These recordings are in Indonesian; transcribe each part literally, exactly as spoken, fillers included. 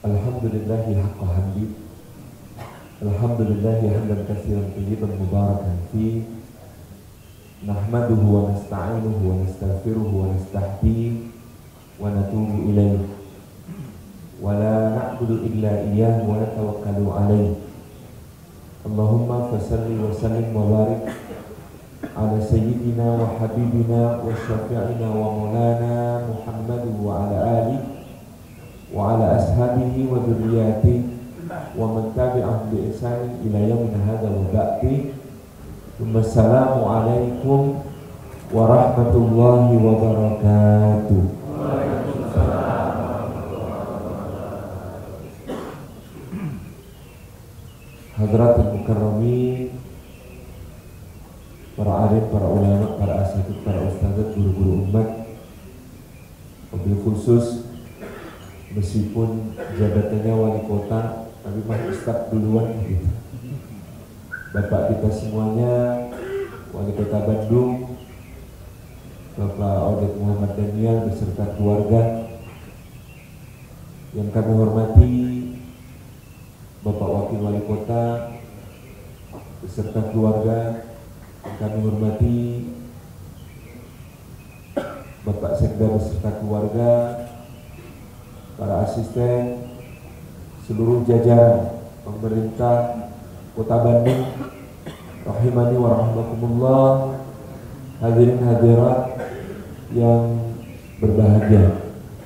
Alhamdulillahi haqqa hamdi. Alhamdulillahi hamdan katsiran thayyiban mubarakan fi. Nahmaduhu wa nasta'inuhu wa nastaghfiruhu wa nastahdihi wa natubu ilaihi. Wa la na'budu illa iyyahu wa natawakkalu alaihi. Allahumma fasalli wa sallim wa barik ala sayyidina wa habibina wa syafi'ina wa maulana Muhammad wa ala alihi wa ala ashabihi wa dzurriyyatihi wa man tabi'ahum bi ihsan ila yaumil hadza wa ba'di. Assalamu alaikum warahmatullahi wabarakatuh. Hadratul mukarramin, para alim, para ulama, para asatidz, para ustadzat, guru-guru umat, wabil khusus meskipun jabatannya wali kota, tapi mah ustadz duluan gitu. Bapak kita semuanya, wali kota Bandung, Bapak Oded Muhammad Daniel beserta keluarga, yang kami hormati Bapak Wakil Wali Kota beserta keluarga, yang kami hormati Bapak Sekda beserta keluarga, para asisten, seluruh jajaran pemerintah Kota Bandung, rahimani wa rahmakumullah, hadirin hadirat yang berbahagia.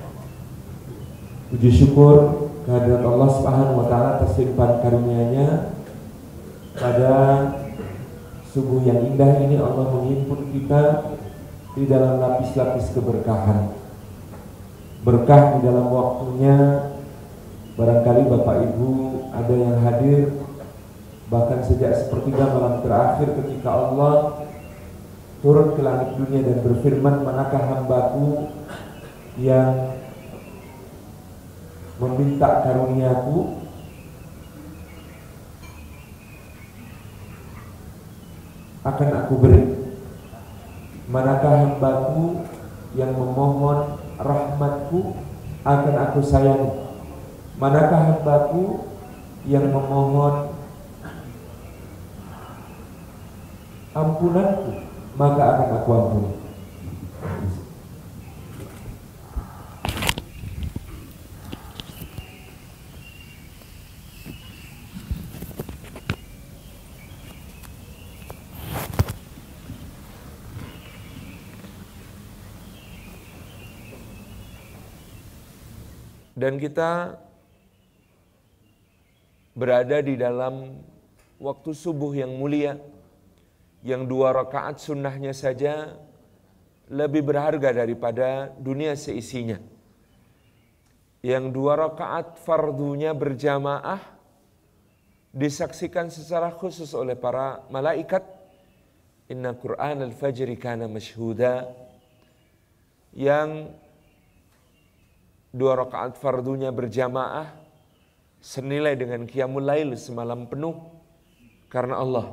Puji syukur kehadirat Allah Subhanahu wa taala atas limpahan karunia-Nya. Pada subuh yang indah ini Allah menghimpun kita di dalam lapis-lapis keberkahan. Berkah di dalam waktunya. Barangkali Bapak Ibu ada yang hadir bahkan sejak sepertiga malam terakhir ketika Allah turun ke langit dunia dan berfirman, manakah hambaku yang meminta karuniaku, akan aku beri. Manakah hambaku yang memohon rahmatku, akan aku sayangi. Manakah hambaku yang memohon ampunanku, maka akan aku ampuni. Dan kita berada di dalam waktu subuh yang mulia, yang dua rakaat sunnahnya saja lebih berharga daripada dunia seisinya. Yang dua rakaat fardunya berjamaah disaksikan secara khusus oleh para malaikat. Inna Qur'an al-fajri kana mashhuda. Yang dua rakaat fardunya berjamaah senilai dengan qiyamul lail semalam penuh karena Allah.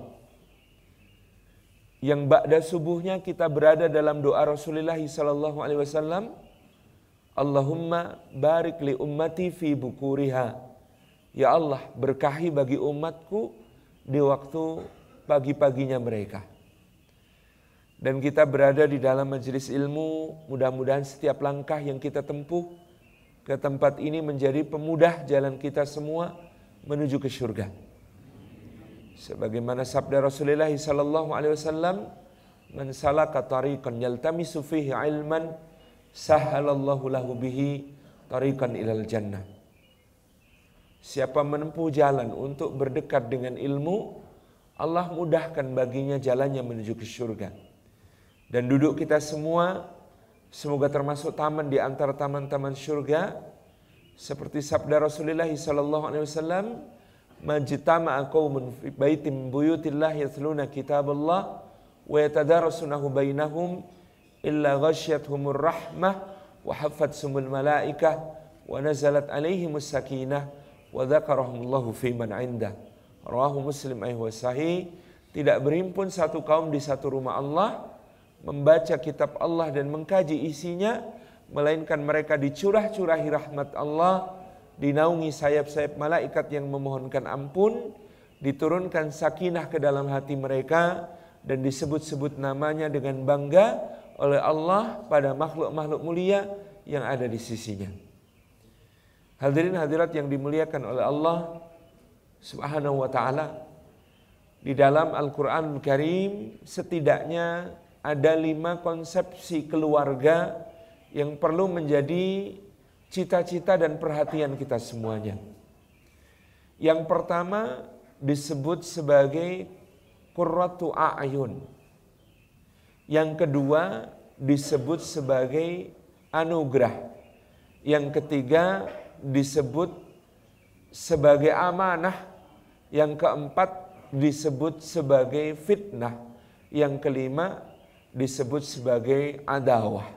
Yang ba'da subuhnya kita berada dalam doa Rasulullah sallallahu alaihi wasallam, Allahumma barik li ummati fi bukuriha. Ya Allah, berkahi bagi umatku di waktu pagi-paginya mereka. Dan kita berada di dalam majelis ilmu, mudah-mudahan setiap langkah yang kita tempuh ke tempat ini menjadi pemudah jalan kita semua menuju ke surga. Sebagaimana sabda Rasulullah sallallahu alaihi wasallam, "Man salaka tariqan yaltamisu fihi ilman, sahhalallahu lahu bihi tariqan ilal jannah." Siapa menempuh jalan untuk berdekat dengan ilmu, Allah mudahkan baginya jalannya menuju ke surga. Dan duduk kita semua semoga termasuk taman di antara taman-taman surga, seperti sabda Rasulullah sallallahu alaihi wasallam, "Majtama'a qaumun fi baitin min buyutillah yatluna kitaballah wa yatadarasunahu bainahum illa ghasyiyatuhumur rahmah wa haffatsumul malaikah wa nazalat alaihimus sakinah wa dzakarahumullahu fi man 'indah." Rawahu Muslim ayat sahih. Tidak berhimpun satu kaum di satu rumah Allah membaca kitab Allah dan mengkaji isinya, melainkan mereka dicurah-curahi rahmat Allah dinaungi sayap-sayap malaikat yang memohonkan ampun, diturunkan sakinah ke dalam hati mereka, dan disebut-sebut namanya dengan bangga oleh Allah pada makhluk-makhluk mulia yang ada di sisinya. Hadirin hadirat yang dimuliakan oleh Allah Subhanahu wa ta'ala, di dalam Al-Quranul Karim setidaknya ada lima konsepsi keluarga yang perlu menjadi cita-cita dan perhatian kita semuanya. Yang pertama disebut sebagai qurratu a'yun. Yang kedua disebut sebagai anugerah. Yang ketiga disebut sebagai amanah. Yang keempat disebut sebagai fitnah. Yang kelima disebut sebagai adawah.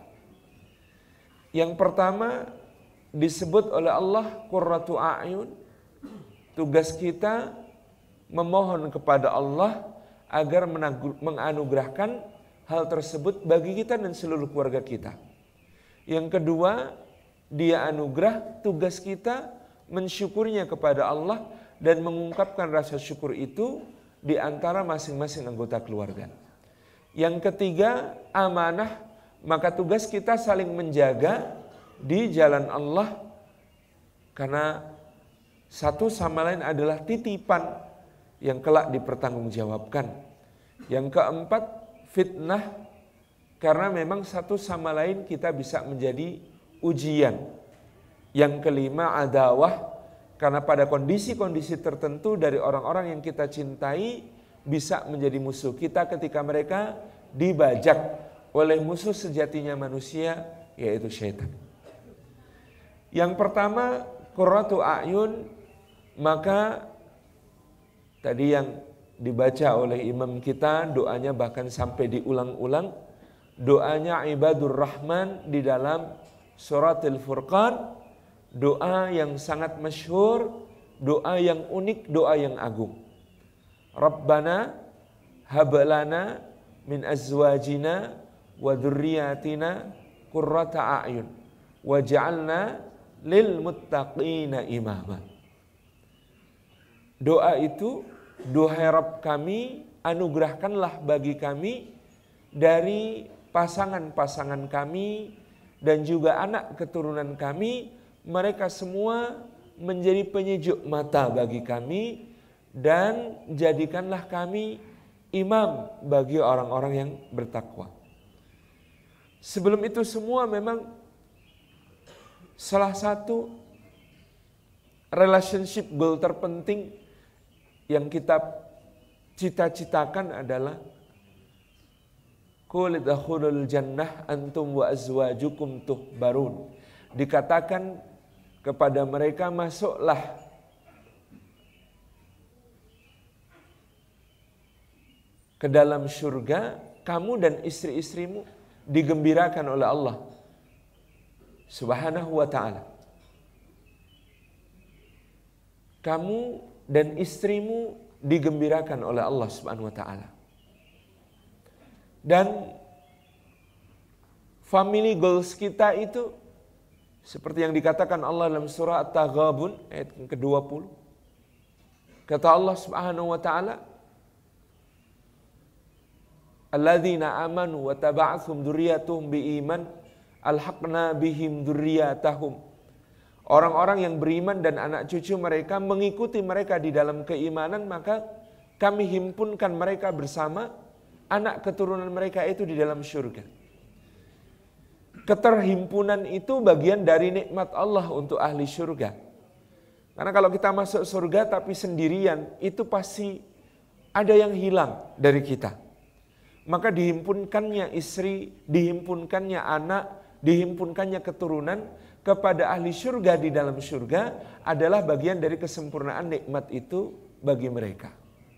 Yang pertama disebut oleh Allah qurratu a'yun. Tugas kita memohon kepada Allah agar menganugerahkan hal tersebut bagi kita dan seluruh keluarga kita. Yang kedua, Dia anugerah, tugas kita mensyukurnya kepada Allah dan mengungkapkan rasa syukur itu di antara masing-masing anggota keluarga. Yang ketiga, amanah, maka tugas kita saling menjaga di jalan Allah, karena satu sama lain adalah titipan yang kelak dipertanggungjawabkan. Yang keempat, fitnah, karena memang satu sama lain kita bisa menjadi ujian. Yang kelima, adawah, karena pada kondisi-kondisi tertentu dari orang-orang yang kita cintai bisa menjadi musuh kita ketika mereka dibajak oleh musuh sejatinya manusia, yaitu syaitan. Yang pertama, qurratu a'yun, maka tadi yang dibaca oleh imam kita, doanya bahkan sampai diulang-ulang, doanya ibadur rahman di dalam suratul Furqan, doa yang sangat masyhur, doa yang unik, doa yang agung. Rabbana hablana min azwajina wa dzurriyyatina qurrata a'yun waj'alna lil muttaqina imama. Doa itu, duhai Rabb kami, anugerahkanlah bagi kami dari pasangan-pasangan kami dan juga anak keturunan kami, mereka semua menjadi penyejuk mata bagi kami, dan jadikanlah kami imam bagi orang-orang yang bertakwa. Sebelum itu semua memang salah satu relationship goal terpenting yang kita cita-citakan adalah qul idkhulul jannah antum wa azwajukum tuhbarun. Dikatakan kepada mereka, masuklah ke dalam surga, kamu dan istri-istrimu digembirakan oleh Allah Subhanahu wa ta'ala. Kamu dan istrimu digembirakan oleh Allah Subhanahu wa ta'ala. Dan family goals kita itu seperti yang dikatakan Allah dalam surah At-Taghabun ayat ke dua puluh. Kata Allah Subhanahu wa ta'ala, alladzina amanu wa taba'athum dzurriyyatuhum biiman alhaqna bihim dzurriyyatahum. Orang-orang yang beriman dan anak cucu mereka mengikuti mereka di dalam keimanan, maka kami himpunkan mereka bersama anak keturunan mereka itu di dalam surga. Keterhimpunan itu bagian dari nikmat Allah untuk ahli surga. Karena kalau kita masuk surga tapi sendirian, itu pasti ada yang hilang dari kita. Maka dihimpunkannya istri, dihimpunkannya anak, dihimpunkannya keturunan kepada ahli surga di dalam surga adalah bagian dari kesempurnaan nikmat itu bagi mereka.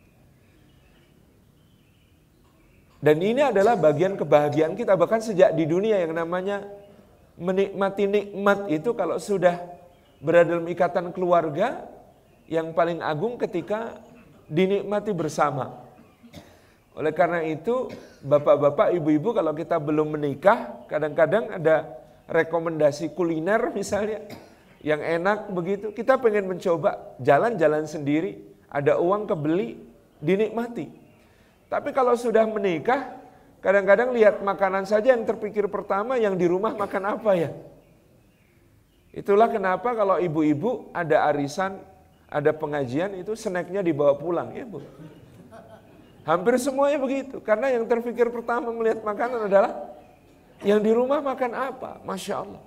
Dan ini adalah bagian kebahagiaan kita, bahkan sejak di dunia yang namanya menikmati nikmat itu kalau sudah berada dalam ikatan keluarga yang paling agung ketika dinikmati bersama. Oleh karena itu, bapak-bapak, ibu-ibu, kalau kita belum menikah, kadang-kadang ada rekomendasi kuliner misalnya, yang enak begitu. Kita pengen mencoba jalan-jalan sendiri, ada uang kebeli, dinikmati. Tapi kalau sudah menikah, kadang-kadang lihat makanan saja yang terpikir pertama, yang di rumah makan apa ya? Itulah kenapa kalau ibu-ibu ada arisan, ada pengajian, itu snacknya dibawa pulang, ya Bu. Hampir semuanya begitu, karena yang terpikir pertama melihat makanan adalah yang di rumah makan apa, Masya Allah.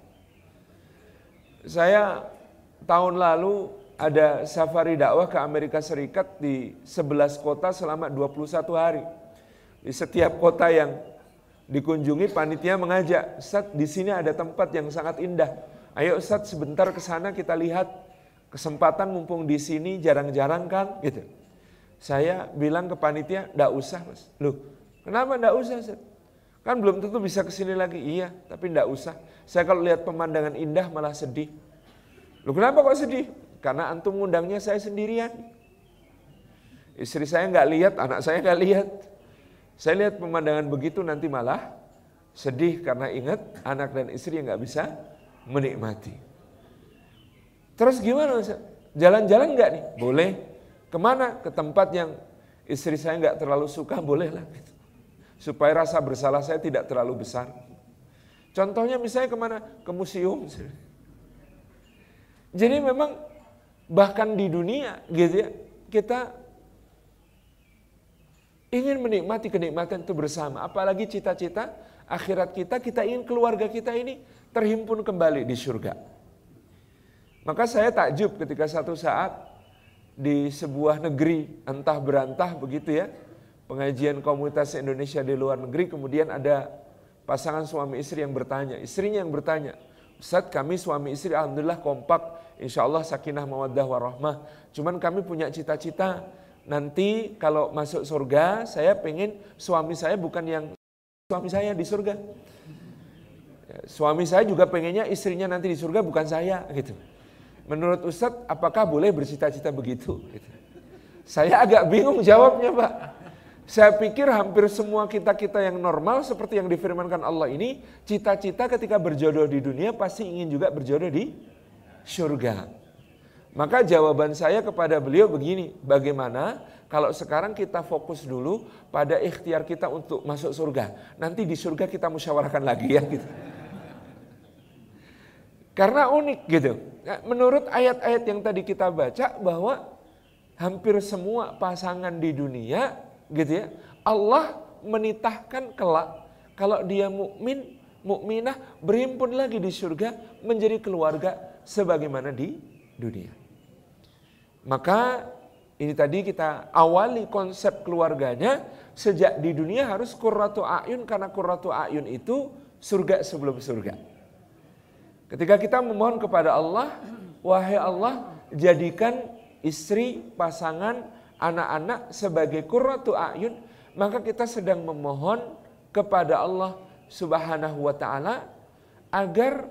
Saya tahun lalu ada safari dakwah ke Amerika Serikat di sebelas kota selama dua puluh satu hari. Di setiap kota yang dikunjungi panitia mengajak, Ustaz, di sini ada tempat yang sangat indah. Ayo Ustaz sebentar ke sana kita lihat, kesempatan mumpung di sini jarang-jarang kan gitu. Saya bilang ke panitia, "Enggak usah, Mas." Loh, kenapa enggak usah, Ustaz? Kan belum tentu bisa ke sini lagi. Iya, tapi enggak usah. Saya kalau lihat pemandangan indah malah sedih. Loh, kenapa kok sedih? Karena antum ngundangnya saya sendirian. Istri saya enggak lihat, anak saya enggak lihat. Saya lihat pemandangan begitu nanti malah sedih karena ingat anak dan istri yang enggak bisa menikmati. Terus gimana, Ustaz? Jalan-jalan enggak nih? Boleh. Kemana? Ke tempat yang istri saya enggak terlalu suka, boleh lah. Gitu. Supaya rasa bersalah saya tidak terlalu besar. Contohnya misalnya kemana? Ke museum. Jadi memang bahkan di dunia gitu ya, kita ingin menikmati kenikmatan itu bersama. Apalagi cita-cita akhirat kita, kita ingin keluarga kita ini terhimpun kembali di surga. Maka saya takjub ketika satu saat di sebuah negeri entah berantah begitu ya, pengajian komunitas Indonesia di luar negeri, kemudian ada pasangan suami istri yang bertanya, istrinya yang bertanya, "Ustaz, kami suami istri alhamdulillah kompak, insya Allah sakinah mawaddah warahmah. Cuman kami punya cita-cita, nanti kalau masuk surga, saya pengen suami saya bukan yang suami saya di surga. Suami saya juga pengennya istrinya nanti di surga bukan saya." Gitu. Menurut Ustaz, apakah boleh bercita-cita begitu? Gitu. Saya agak bingung jawabnya, Pak. Saya pikir hampir semua kita-kita yang normal seperti yang difirmankan Allah ini, cita-cita ketika berjodoh di dunia pasti ingin juga berjodoh di surga. Maka jawaban saya kepada beliau begini, bagaimana kalau sekarang kita fokus dulu pada ikhtiar kita untuk masuk surga. Nanti di surga kita musyawarahkan lagi ya gitu. Karena unik gitu. Menurut ayat-ayat yang tadi kita baca bahwa hampir semua pasangan di dunia gitu ya, Allah menitahkan kelak kalau dia mukmin, mukminah berhimpun lagi di surga menjadi keluarga sebagaimana di dunia. Maka ini tadi kita awali konsep keluarganya sejak di dunia harus qurratu a'yun, karena qurratu a'yun itu surga sebelum surga. Ketika kita memohon kepada Allah, wahai Allah, jadikan istri, pasangan, anak-anak sebagai qurratu a'yun, maka kita sedang memohon kepada Allah Subhanahu wa taala agar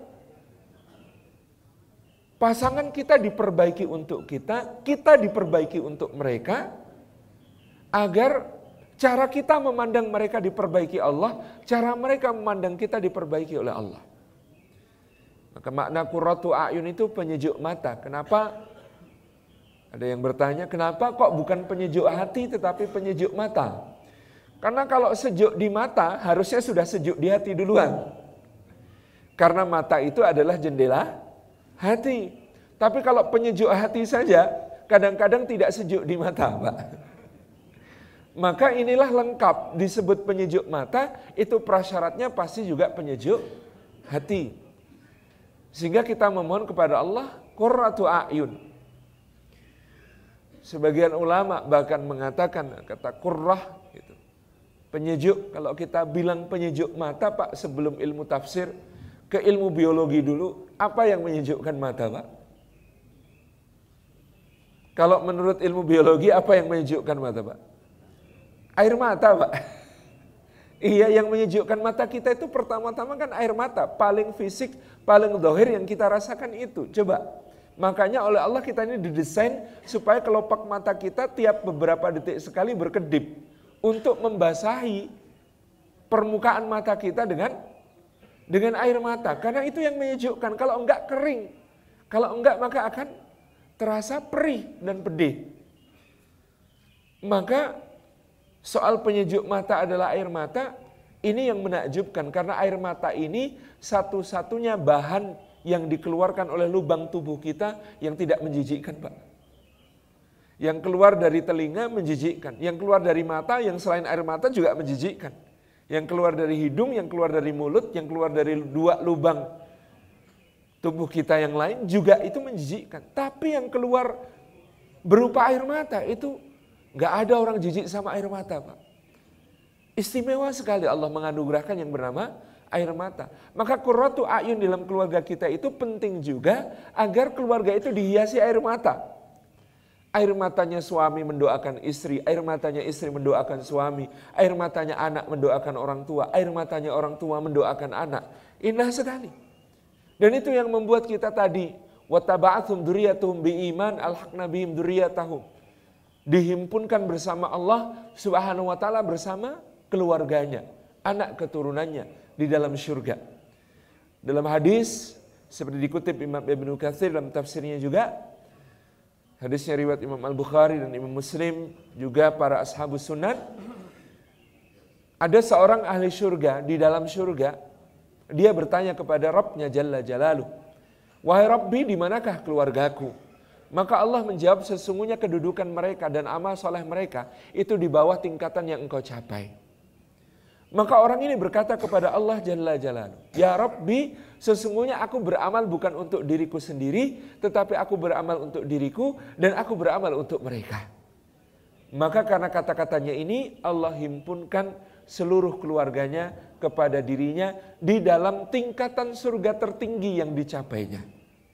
pasangan kita diperbaiki untuk kita, kita diperbaiki untuk mereka, agar cara kita memandang mereka diperbaiki Allah, cara mereka memandang kita diperbaiki oleh Allah. Maka makna qurratu a'yun itu penyejuk mata. Kenapa? Ada yang bertanya, kenapa kok bukan penyejuk hati tetapi penyejuk mata? Karena kalau sejuk di mata harusnya sudah sejuk di hati duluan. Karena mata itu adalah jendela hati. Tapi kalau penyejuk hati saja kadang-kadang tidak sejuk di mata, Pak. Maka inilah lengkap disebut penyejuk mata, itu prasyaratnya pasti juga penyejuk hati. Sehingga kita memohon kepada Allah qurratu a'yun. Sebagian ulama bahkan mengatakan kata qurrah gitu, penyejuk. Kalau kita bilang penyejuk mata, Pak, sebelum ilmu tafsir ke ilmu biologi dulu, apa yang menyejukkan mata, Pak? Kalau menurut ilmu biologi apa yang menyejukkan mata, Pak? Air mata, Pak. Iya, yang menyejukkan mata kita itu pertama-tama kan air mata. Paling fisik, paling zahir yang kita rasakan itu. Coba. Makanya oleh Allah kita ini didesain supaya kelopak mata kita tiap beberapa detik sekali berkedip. Untuk membasahi permukaan mata kita dengan dengan air mata. Karena itu yang menyejukkan. Kalau enggak kering. Kalau enggak maka akan terasa perih dan pedih. Maka soal penyejuk mata adalah air mata, ini yang menakjubkan karena air mata ini satu-satunya bahan yang dikeluarkan oleh lubang tubuh kita yang tidak menjijikkan, Pak. Yang keluar dari telinga menjijikkan, yang keluar dari mata yang selain air mata juga menjijikkan. Yang keluar dari hidung, yang keluar dari mulut, yang keluar dari dua lubang tubuh kita yang lain juga itu menjijikkan. Tapi yang keluar berupa air mata itu nggak ada orang jijik sama air mata, Pak. Istimewa sekali Allah menganugerahkan yang bernama air mata. Maka qurratu a'yun dalam keluarga kita itu penting juga agar keluarga itu dihiasi air mata. Air matanya suami mendoakan istri, air matanya istri mendoakan suami, air matanya anak mendoakan orang tua, air matanya orang tua mendoakan anak. Indah sekali. Dan itu yang membuat kita tadi wattaba'athum dzurriyyatuhum biiman alhaqna bihim dzurriyyatahum. Dihimpunkan bersama Allah Subhanahu wa taala bersama keluarganya, anak keturunannya di dalam syurga. Dalam hadis seperti dikutip Imam Ibnu Katsir dalam tafsirnya juga, hadisnya riwayat Imam Al-Bukhari dan Imam Muslim juga para ashabus sunan, ada seorang ahli syurga di dalam syurga. Dia bertanya kepada Rabbnya Jalla Jalaluh, wahai Rabbi, di manakah keluargaku? Maka Allah menjawab, sesungguhnya kedudukan mereka dan amal soleh mereka itu di bawah tingkatan yang engkau capai. Maka orang ini berkata kepada Allah Jalla Jalaluh, ya Rabbi, sesungguhnya aku beramal bukan untuk diriku sendiri, tetapi aku beramal untuk diriku dan aku beramal untuk mereka. Maka karena kata-katanya ini Allah himpunkan seluruh keluarganya kepada dirinya di dalam tingkatan surga tertinggi yang dicapainya.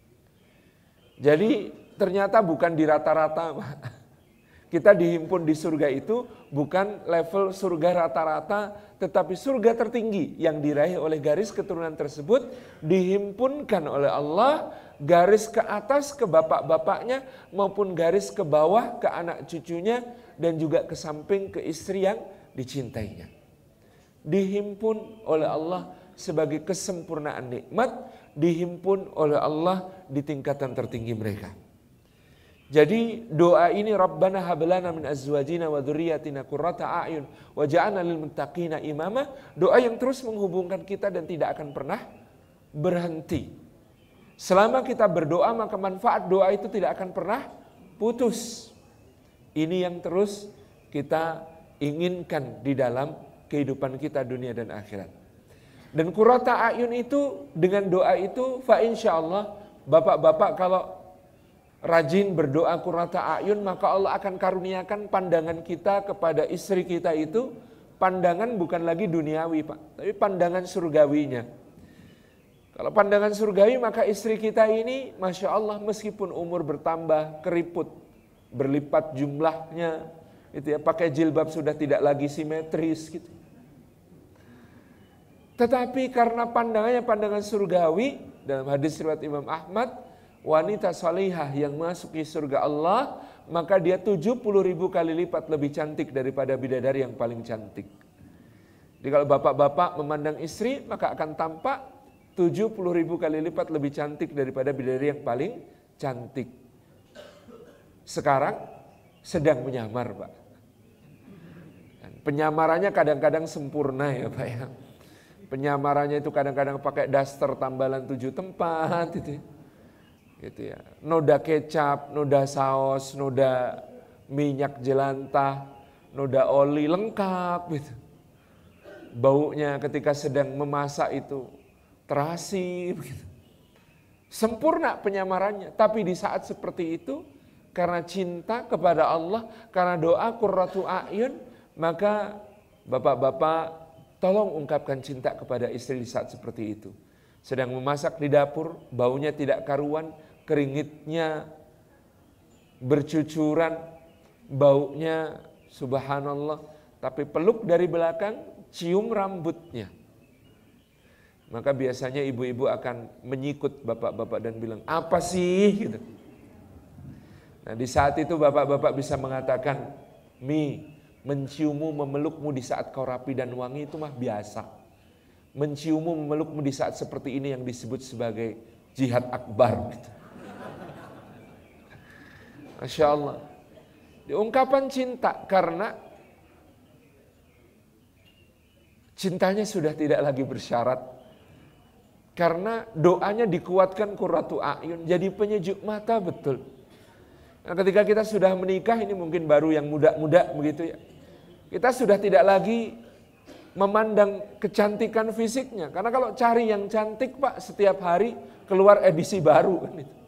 Jadi ternyata bukan di rata-rata. Kita dihimpun di surga itu bukan level surga rata-rata, tetapi surga tertinggi yang diraih oleh garis keturunan tersebut dihimpunkan oleh Allah garis ke atas ke bapak-bapaknya maupun garis ke bawah ke anak cucunya dan juga ke samping ke istri yang dicintainya. Dihimpun oleh Allah sebagai kesempurnaan nikmat, dihimpun oleh Allah di tingkatan tertinggi mereka. Jadi doa ini Rabbana hablana min azwajina wa dzurriyyatina qurrata a'yun waj'alna lil muttaqina imama, doa yang terus menghubungkan kita dan tidak akan pernah berhenti. Selama kita berdoa maka manfaat doa itu tidak akan pernah putus. Ini yang terus kita inginkan di dalam kehidupan kita dunia dan akhirat. Dan qurrata a'yun itu dengan doa itu fa insyaallah bapak-bapak kalau rajin berdoa qurrata a'yun maka Allah akan karuniakan pandangan kita kepada istri kita itu pandangan bukan lagi duniawi, Pak, tapi pandangan surgawinya. Kalau pandangan surgawi maka istri kita ini Masya Allah meskipun umur bertambah, keriput berlipat jumlahnya, itu ya, pakai jilbab sudah tidak lagi simetris gitu. Tetapi karena pandangannya pandangan surgawi, dalam hadis riwayat Imam Ahmad, wanita salihah yang masuki surga Allah, maka dia tujuh puluh ribu kali lipat lebih cantik daripada bidadari yang paling cantik. Jadi kalau bapak-bapak memandang istri, maka akan tampak tujuh puluh ribu kali lipat lebih cantik daripada bidadari yang paling cantik. Sekarang sedang menyamar, Pak. Penyamarannya kadang-kadang sempurna ya, Pak ya. Penyamarannya itu kadang-kadang pakai daster tambalan tujuh tempat gitu ya. Gitu ya. Noda kecap, noda saus, noda minyak jelantah, noda oli lengkap gitu. Baunya ketika sedang memasak itu terasi begitu. Sempurna penyamarannya, tapi di saat seperti itu karena cinta kepada Allah, karena doa qurratu a'yun, maka bapak-bapak tolong ungkapkan cinta kepada istri di saat seperti itu. Sedang memasak di dapur, baunya tidak karuan, keringitnya bercucuran, baunya subhanallah, tapi peluk dari belakang, cium rambutnya. Maka biasanya ibu-ibu akan menyikut bapak-bapak dan bilang, apa sih? Gitu. Nah di saat itu bapak-bapak bisa mengatakan, Mi, menciummu, memelukmu di saat kau rapi dan wangi itu mah biasa. Menciummu, memelukmu di saat seperti ini yang disebut sebagai jihad akbar. Gitu. Masya Allah. Ungkapan cinta karena cintanya sudah tidak lagi bersyarat. Karena doanya dikuatkan qurratu a'yun, jadi penyejuk mata betul. Nah, ketika kita sudah menikah, ini mungkin baru yang muda-muda begitu ya. Kita sudah tidak lagi memandang kecantikan fisiknya. Karena kalau cari yang cantik Pak, setiap hari keluar edisi baru.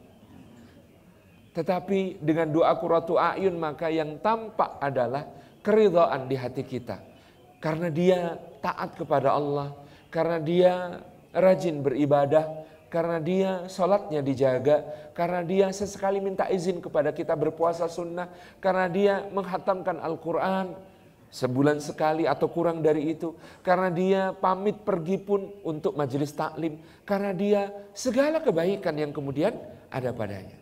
Tetapi dengan doa qurratu a'yun, maka yang tampak adalah keridhaan di hati kita. Karena dia taat kepada Allah, karena dia rajin beribadah, karena dia sholatnya dijaga, karena dia sesekali minta izin kepada kita berpuasa sunnah, karena dia menghatamkan Al-Quran sebulan sekali atau kurang dari itu, karena dia pamit pergi pun untuk majelis taklim, karena dia segala kebaikan yang kemudian ada padanya.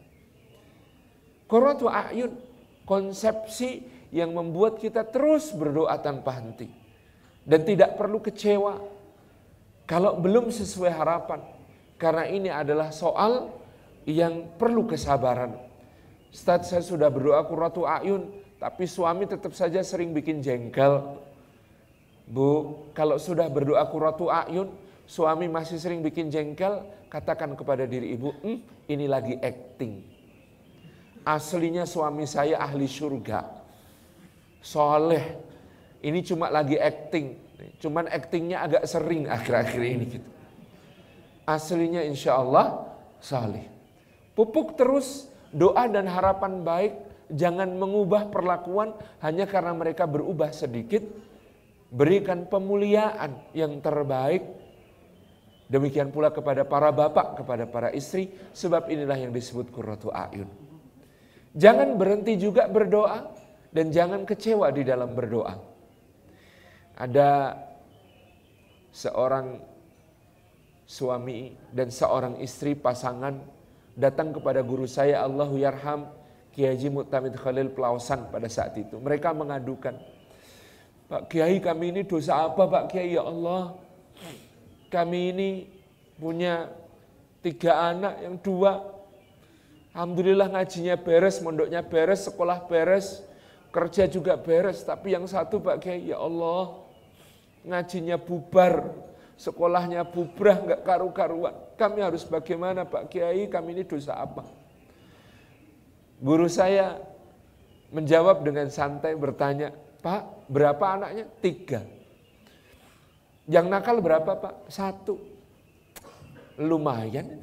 Qurratu a'yun, konsepsi yang membuat kita terus berdoa tanpa henti dan tidak perlu kecewa kalau belum sesuai harapan, karena ini adalah soal yang perlu kesabaran. Ustaz, saya sudah berdoa qurratu a'yun, tapi suami tetap saja sering bikin jengkel. Bu, kalau sudah berdoa qurratu a'yun, suami masih sering bikin jengkel, katakan kepada diri ibu, hm, ini lagi acting. Aslinya suami saya ahli surga, soleh, ini cuma lagi acting. Cuman actingnya agak sering akhir-akhir ini gitu. Aslinya insya Allah salih. Pupuk terus doa dan harapan baik. Jangan mengubah perlakuan hanya karena mereka berubah sedikit. Berikan pemuliaan yang terbaik. Demikian pula kepada para bapak, kepada para istri. Sebab inilah yang disebut qurratu a'yun. Jangan berhenti juga berdoa. Dan jangan kecewa di dalam berdoa. Ada seorang suami dan seorang istri pasangan datang kepada guru saya, Allahu yarham, Kiai Haji Mu'tamid Khalil Pelausan pada saat itu. Mereka mengadukan, Pak Kiai, kami ini dosa apa Pak Kiai? Ya Allah, kami ini punya tiga anak, yang dua alhamdulillah ngajinya beres, mondoknya beres, sekolah beres, kerja juga beres. Tapi yang satu Pak Kiai, ya Allah, ngajinya bubar, sekolahnya bubrah, nggak karu-karuan. Kami harus bagaimana Pak Kiai? Kami ini dosa apa? Guru saya menjawab dengan santai bertanya, Pak, berapa anaknya? Tiga. Yang nakal berapa Pak? Satu. Lumayan.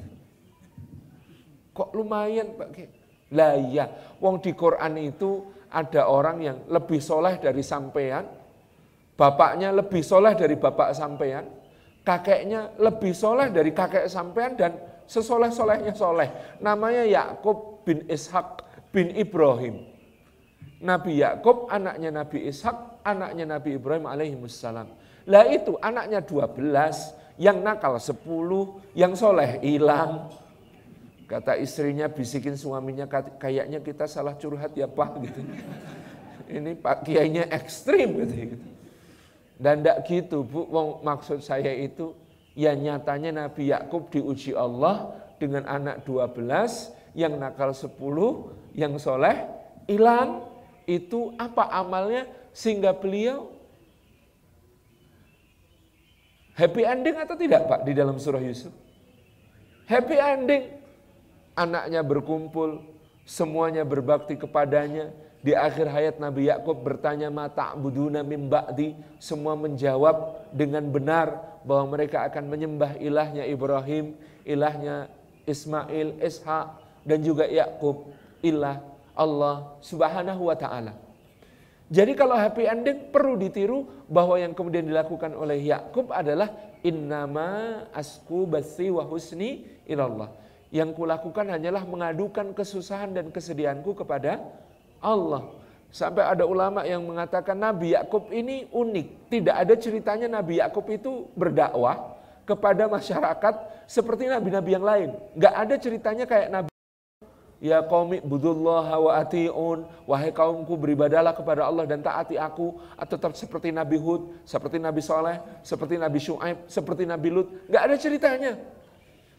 Kok lumayan Pak Kiai? Lah iya, wong di Quran itu ada orang yang lebih soleh dari sampean, bapaknya lebih soleh dari bapak sampean, kakeknya lebih soleh dari kakek sampean, dan sesoleh-solehnya soleh. Namanya Yakub bin Ishak bin Ibrahim. Nabi Yakub anaknya Nabi Ishak, anaknya Nabi Ibrahim alaihimussalam. Lah itu anaknya dua belas, yang nakal sepuluh, yang soleh hilang. Kata istrinya, bisikin suaminya, kayaknya kita salah curhat ya Pak gitu. Ini Pak Kiainya ekstrim gitu. Dan tidak gitu Bu, maksud saya itu ya nyatanya Nabi Yakub diuji Allah dengan anak dua belas, yang nakal sepuluh, yang soleh hilang. Itu apa amalnya sehingga beliau happy ending atau tidak Pak di dalam surah Yusuf? Happy ending. Anaknya berkumpul, semuanya berbakti kepadanya. Di akhir hayat Nabi Yakub bertanya, ma ta'buduna min ba'di. Semua menjawab dengan benar bahwa mereka akan menyembah ilahnya Ibrahim, ilahnya Ismail, Ishak, dan juga Yakub, ilah Allah subhanahu wa ta'ala. Jadi kalau happy ending perlu ditiru bahwa yang kemudian dilakukan oleh Yakub adalah innama asku bathi wa husni ilallah. Yang kulakukan hanyalah mengadukan kesusahan dan kesedihanku kepada Allah. Sampai ada ulama yang mengatakan Nabi Yakub ini unik. Tidak ada ceritanya Nabi Yakub itu berdakwah kepada masyarakat seperti nabi-nabi yang lain. Gak ada ceritanya kayak Nabi, ya qaumi budullaha wa ati'un, wahai kaumku beribadalah kepada Allah dan taati aku. Atau tetap seperti Nabi Hud, seperti Nabi Saleh, seperti Nabi Syuaib, seperti Nabi Lut. Gak ada ceritanya.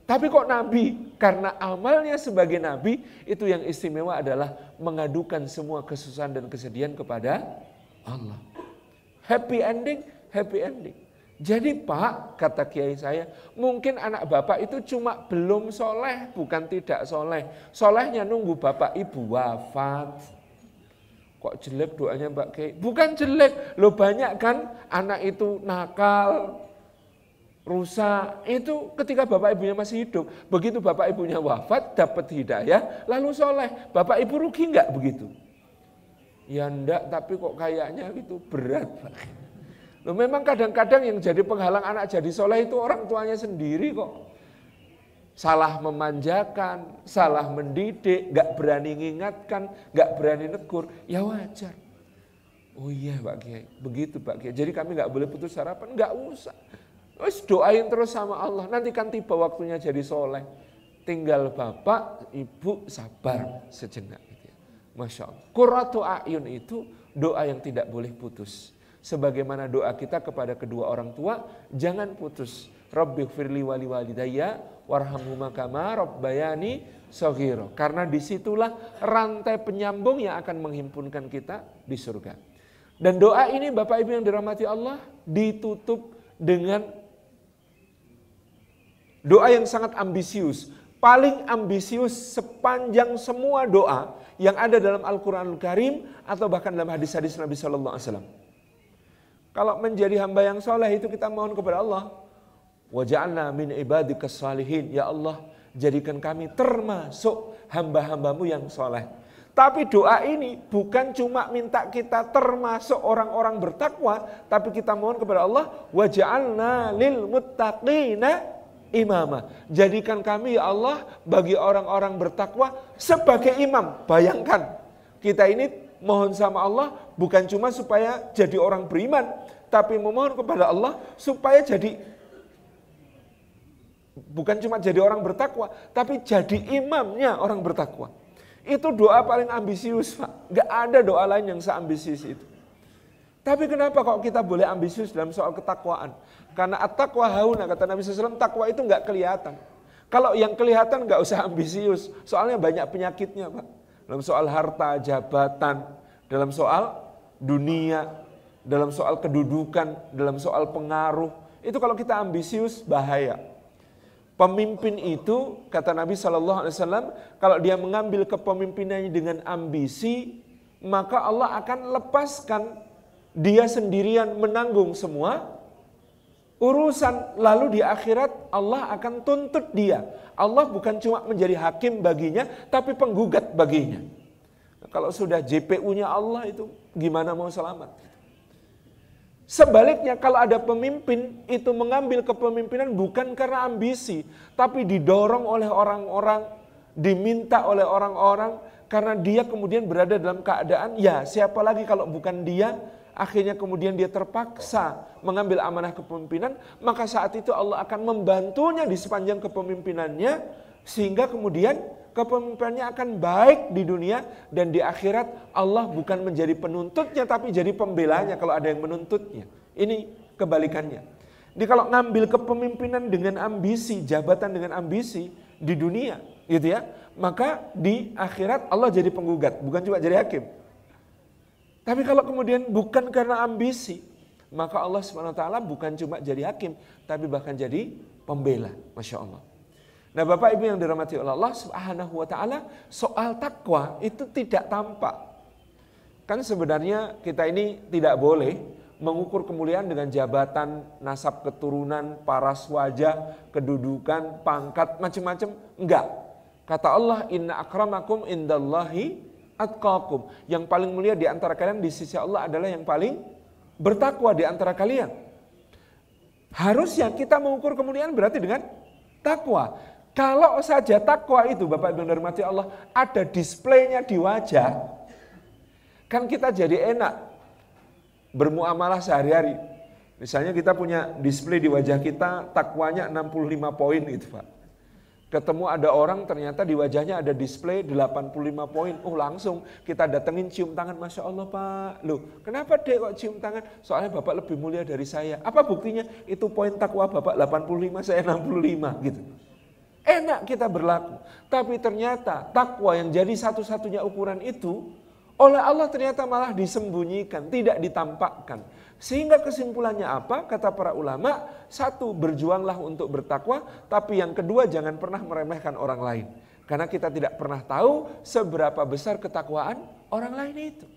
Tapi kok Nabi? Karena amalnya sebagai Nabi itu yang istimewa adalah mengadukan semua kesusahan dan kesedihan kepada Allah. Happy ending, happy ending. Jadi Pak, kata kiai saya, mungkin anak bapak itu cuma belum soleh, bukan tidak soleh. Solehnya nunggu bapak ibu wafat. Kok jelek doanya Mbak Kiai? Bukan jelek, lo banyak kan anak itu nakal, rusak. Itu ketika bapak ibunya masih hidup. Begitu bapak ibunya wafat, dapat hidayah, lalu soleh. Bapak ibu rugi enggak begitu? Ya enggak, tapi kok kayaknya itu berat Pak. Loh, memang kadang-kadang yang jadi penghalang anak jadi soleh itu orang tuanya sendiri kok. Salah memanjakan, salah mendidik, gak berani mengingatkan, gak berani negur, ya wajar. Oh iya Pak Kiai, begitu Pak Kiai. Jadi kami gak boleh putus harapan, gak usah. Terus doain terus sama Allah, nanti kan tiba waktunya jadi soleh. Tinggal bapak, ibu sabar sejenak. Masya Allah. Qurratu a'yun itu doa yang tidak boleh putus. Sebagaimana doa kita kepada kedua orang tua, jangan putus. Rabbighfirli wali walidayya warhamhuma kama rabbayani shaghira. Karena disitulah rantai penyambung yang akan menghimpunkan kita di surga. Dan doa ini Bapak Ibu yang dirahmati Allah ditutup dengan doa yang sangat ambisius. Paling ambisius sepanjang semua doa yang ada dalam Al-Quranul Karim atau bahkan dalam hadis-hadis Nabi Sallallahu Alaihi Wasallam. Kalau menjadi hamba yang soleh itu kita mohon kepada Allah. Waja'alna min ibadikas salihin. Ya Allah, jadikan kami termasuk hamba-hambamu yang soleh. Tapi doa ini bukan cuma minta kita termasuk orang-orang bertakwa. Tapi kita mohon kepada Allah. Waja'alna lil muttaqina imama. Jadikan kami ya Allah bagi orang-orang bertakwa sebagai imam. Bayangkan, kita ini mohon sama Allah bukan cuma supaya jadi orang beriman, tapi memohon kepada Allah supaya jadi bukan cuma jadi orang bertakwa, tapi jadi imamnya orang bertakwa. Itu doa paling ambisius Pak. Gak ada doa lain yang seambisius itu. Tapi kenapa kok kita boleh ambisius dalam soal ketakwaan? Karena at-taqwa hauna, kata Nabi shallallahu alaihi wasallam, takwa itu gak kelihatan. Kalau yang kelihatan gak usah ambisius, soalnya banyak penyakitnya Pak. Dalam soal harta, jabatan, dalam soal dunia, dalam soal kedudukan, dalam soal pengaruh. Itu kalau kita ambisius bahaya. Pemimpin itu, kata Nabi shallallahu alaihi wasallam, kalau dia mengambil kepemimpinannya dengan ambisi, maka Allah akan lepaskan dia sendirian menanggung semua urusan. Lalu di akhirat Allah akan tuntut dia. Allah bukan cuma menjadi hakim baginya, tapi penggugat baginya. Nah, kalau sudah J P U-nya Allah itu gimana mau selamat? Sebaliknya kalau ada pemimpin itu mengambil kepemimpinan bukan karena ambisi, tapi didorong oleh orang-orang, diminta oleh orang-orang, karena dia kemudian berada dalam keadaan, ya siapa lagi kalau bukan dia, akhirnya kemudian dia terpaksa mengambil amanah kepemimpinan, maka saat itu Allah akan membantunya di sepanjang kepemimpinannya, sehingga kemudian kepemimpinannya akan baik di dunia, dan di akhirat Allah bukan menjadi penuntutnya, tapi jadi pembelanya kalau ada yang menuntutnya. Ini kebalikannya. Jadi kalau ngambil kepemimpinan dengan ambisi, jabatan dengan ambisi di dunia, gitu ya, maka di akhirat Allah jadi penggugat, bukan cuma jadi hakim. Tapi kalau kemudian bukan karena ambisi, maka Allah subhanahu wa taala bukan cuma jadi hakim, tapi bahkan jadi pembela. Masya Allah. Nah Bapak Ibu yang dirahmati oleh Allah subhanahu wa taala, soal takwa itu tidak tampak. Kan sebenarnya kita ini tidak boleh mengukur kemuliaan dengan jabatan, nasab keturunan, paras wajah, kedudukan, pangkat, macam-macam. Enggak. Kata Allah, inna akramakum indallahi atqakum. Yang paling mulia di antara kalian di sisi Allah adalah yang paling bertakwa di antara kalian. Harusnya kita mengukur kemuliaan berarti dengan takwa. Kalau saja takwa itu Bapak Ibu yang dirahmati Allah ada displaynya di wajah, kan kita jadi enak bermuamalah sehari-hari. Misalnya kita punya display di wajah kita takwanya enam puluh lima poin gitu Pak. Ketemu ada orang ternyata di wajahnya ada display delapan puluh lima poin. Oh langsung kita datengin cium tangan. Masya Allah Pak. Loh kenapa dek kok cium tangan? Soalnya Bapak lebih mulia dari saya. Apa buktinya? Itu poin takwa Bapak delapan puluh lima, saya enam puluh lima gitu. Enak kita berlaku. Tapi ternyata takwa yang jadi satu-satunya ukuran itu, oleh Allah ternyata malah disembunyikan, tidak ditampakkan. Sehingga kesimpulannya apa? Kata para ulama, satu, berjuanglah untuk bertakwa, tapi yang kedua jangan pernah meremehkan orang lain. Karena kita tidak pernah tahu seberapa besar ketakwaan orang lain itu.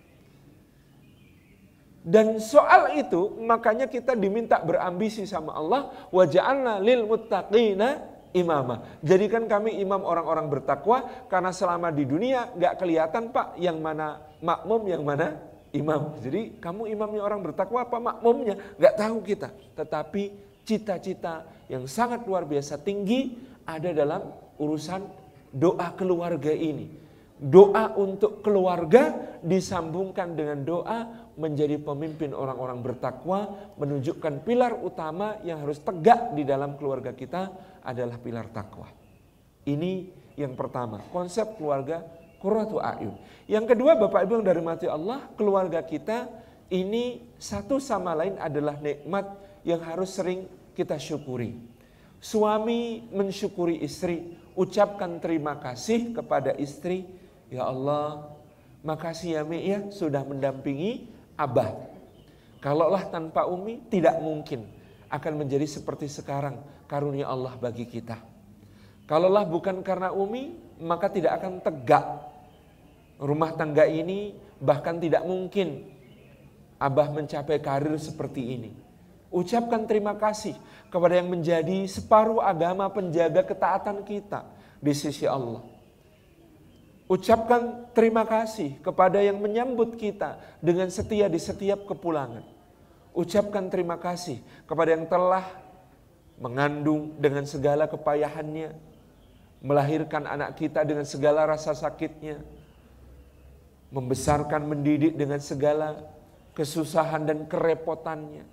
Dan soal itu makanya kita diminta berambisi sama Allah, wa ja'alna lil muttaqina imama. Jadikan kami imam orang-orang bertakwa, karena selama di dunia gak kelihatan Pak yang mana makmum, yang mana imam. Jadi kamu imamnya orang bertakwa apa makmumnya? Gak tahu kita. Tetapi cita-cita yang sangat luar biasa tinggi ada dalam urusan doa keluarga ini. Doa untuk keluarga disambungkan dengan doa menjadi pemimpin orang-orang bertakwa, menunjukkan pilar utama yang harus tegak di dalam keluarga kita adalah pilar takwa. Ini yang pertama, konsep keluarga qurratu a'yun. Yang kedua, Bapak Ibu yang dirahmati Allah, keluarga kita ini satu sama lain adalah nikmat yang harus sering kita syukuri. Suami mensyukuri istri, ucapkan terima kasih kepada istri. Ya Allah, makasih ya Mi ya sudah mendampingi Abah. Kalaulah tanpa Umi tidak mungkin akan menjadi seperti sekarang karunia Allah bagi kita. Kalaulah bukan karena Umi, maka tidak akan tegak rumah tangga ini, bahkan tidak mungkin Abah mencapai karir seperti ini. Ucapkan terima kasih kepada yang menjadi separuh agama penjaga ketaatan kita di sisi Allah. Ucapkan terima kasih kepada yang menyambut kita dengan setia di setiap kepulangan. Ucapkan terima kasih kepada yang telah mengandung dengan segala kepayahannya, melahirkan anak kita dengan segala rasa sakitnya, membesarkan, mendidik dengan segala kesusahan dan kerepotannya.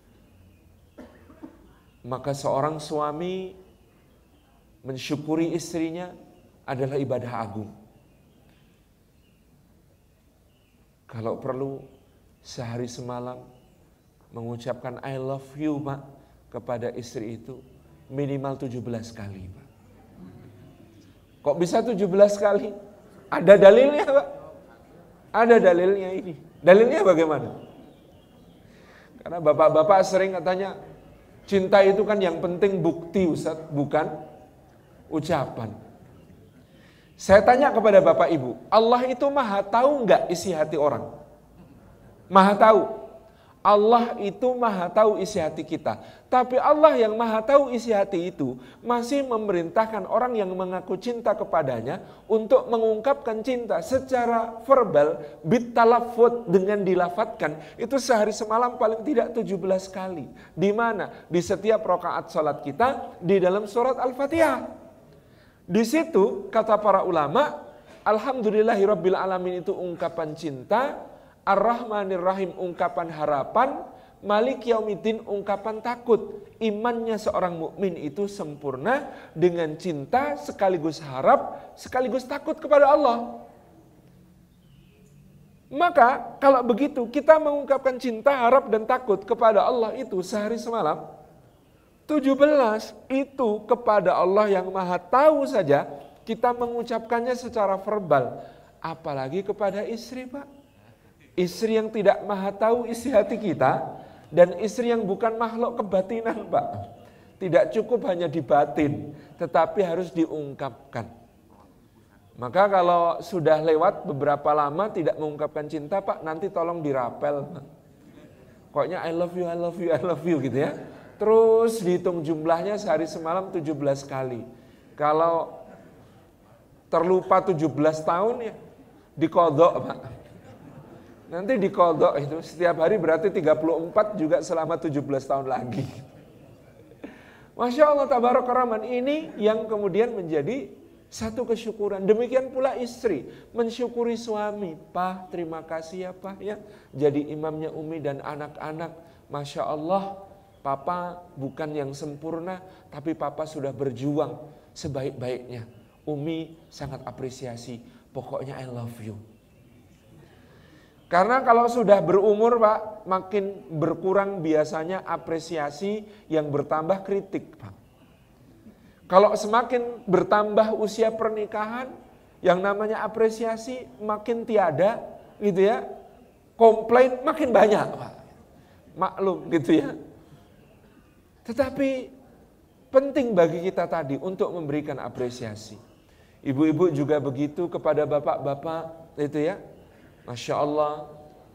Maka seorang suami mensyukuri istrinya adalah ibadah agung. Kalau perlu sehari semalam mengucapkan I love you Pak kepada istri itu minimal tujuh belas kali Pak. Kok bisa tujuh belas kali? Ada dalilnya Pak. Ada dalilnya ini. Dalilnya bagaimana? Karena bapak-bapak sering katanya cinta itu kan yang penting bukti Ustaz, bukan ucapan. Saya tanya kepada Bapak Ibu, Allah itu maha tahu enggak isi hati orang? Maha tahu. Allah itu maha tahu isi hati kita. Tapi Allah yang maha tahu isi hati itu masih memerintahkan orang yang mengaku cinta kepadanya untuk mengungkapkan cinta secara verbal, bitalafut, dengan dilafatkan. Itu sehari semalam paling tidak tujuh belas kali. Di mana? Di setiap rakaat salat kita di dalam surat Al-Fatihah. Di situ kata para ulama, alhamdulillahirabbil alamin itu ungkapan cinta, ar-rahmanir rahim ungkapan harapan, malik yaumiddin ungkapan takut. Imannya seorang mukmin itu sempurna dengan cinta sekaligus harap sekaligus takut kepada Allah. Maka kalau begitu kita mengungkapkan cinta, harap dan takut kepada Allah itu sehari semalam tujuh belas itu kepada Allah yang maha tahu saja kita mengucapkannya secara verbal, apalagi kepada istri Pak. Istri yang tidak maha tahu isi hati kita dan istri yang bukan makhluk kebatinan Pak. Tidak cukup hanya dibatin, tetapi harus diungkapkan. Maka kalau sudah lewat beberapa lama tidak mengungkapkan cinta Pak, nanti tolong dirapel Pak. Pokoknya I love you, I love you, I love you gitu ya. Terus dihitung jumlahnya sehari semalam tujuh belas kali. Kalau terlupa tujuh belas tahun ya dikodok Pak. Nanti dikodok itu setiap hari berarti tiga puluh empat juga selama tujuh belas tahun lagi. Masya Allah tabaraka rahman, ini yang kemudian menjadi satu kesyukuran. Demikian pula istri mensyukuri suami. Pak terima kasih ya Pak ya. Jadi imamnya Umi dan anak-anak. Masya Allah. Papa bukan yang sempurna, tapi Papa sudah berjuang sebaik-baiknya. Umi sangat apresiasi, pokoknya I love you. Karena kalau sudah berumur Pak, makin berkurang biasanya apresiasi, yang bertambah kritik Pak. Kalau semakin bertambah usia pernikahan, yang namanya apresiasi makin tiada, gitu ya. Komplain makin banyak, Pak. Maklum gitu ya. Tetapi penting bagi kita tadi untuk memberikan apresiasi. Ibu-ibu juga begitu kepada bapak-bapak, itu ya. Masya Allah.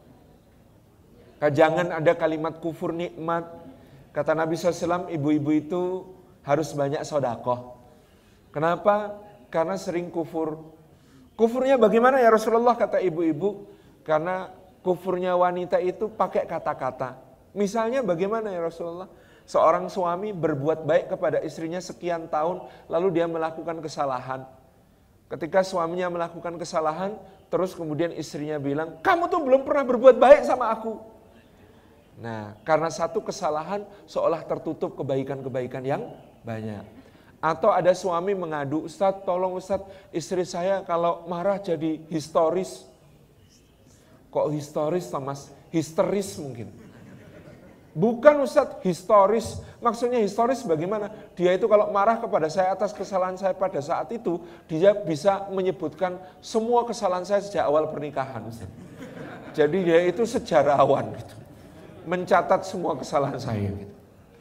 Jangan ada kalimat kufur nikmat. Kata Nabi shallallahu alaihi wasallam, ibu-ibu itu harus banyak sodakoh. Kenapa? Karena sering kufur. Kufurnya bagaimana ya Rasulullah, kata ibu-ibu? Karena kufurnya wanita itu pakai kata-kata. Misalnya bagaimana ya Rasulullah? Seorang suami berbuat baik kepada istrinya sekian tahun, lalu dia melakukan kesalahan. Ketika suaminya melakukan kesalahan, terus kemudian istrinya bilang, kamu tuh belum pernah berbuat baik sama aku. Nah, karena satu kesalahan seolah tertutup kebaikan-kebaikan yang banyak. Atau ada suami mengadu, Ustadz tolong Ustadz, istri saya kalau marah jadi histeris. Kok histeris Mas? Histeris mungkin. Bukan Ustadz, historis. Maksudnya historis bagaimana? Dia itu kalau marah kepada saya atas kesalahan saya pada saat itu, dia bisa menyebutkan semua kesalahan saya sejak awal pernikahan. Ustadz. Jadi dia itu sejarawan gitu. Mencatat semua kesalahan saya gitu.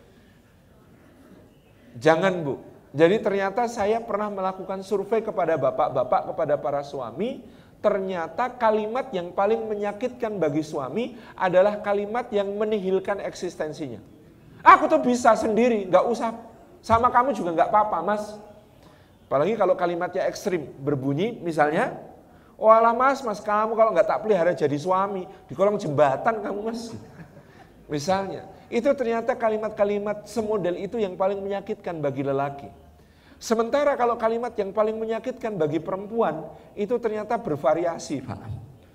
Jangan Bu. Jadi ternyata saya pernah melakukan survei kepada bapak-bapak, kepada para suami. Ternyata kalimat yang paling menyakitkan bagi suami adalah kalimat yang menihilkan eksistensinya. Aku tuh bisa sendiri, gak usah. Sama kamu juga gak apa-apa Mas. Apalagi kalau kalimatnya ekstrim, berbunyi misalnya, oh alah Mas, Mas kamu kalau gak tak pelihara jadi suami, di kolong jembatan kamu Mas. Misalnya, itu ternyata kalimat-kalimat semodel itu yang paling menyakitkan bagi lelaki. Sementara kalau kalimat yang paling menyakitkan bagi perempuan, itu ternyata bervariasi, Pak.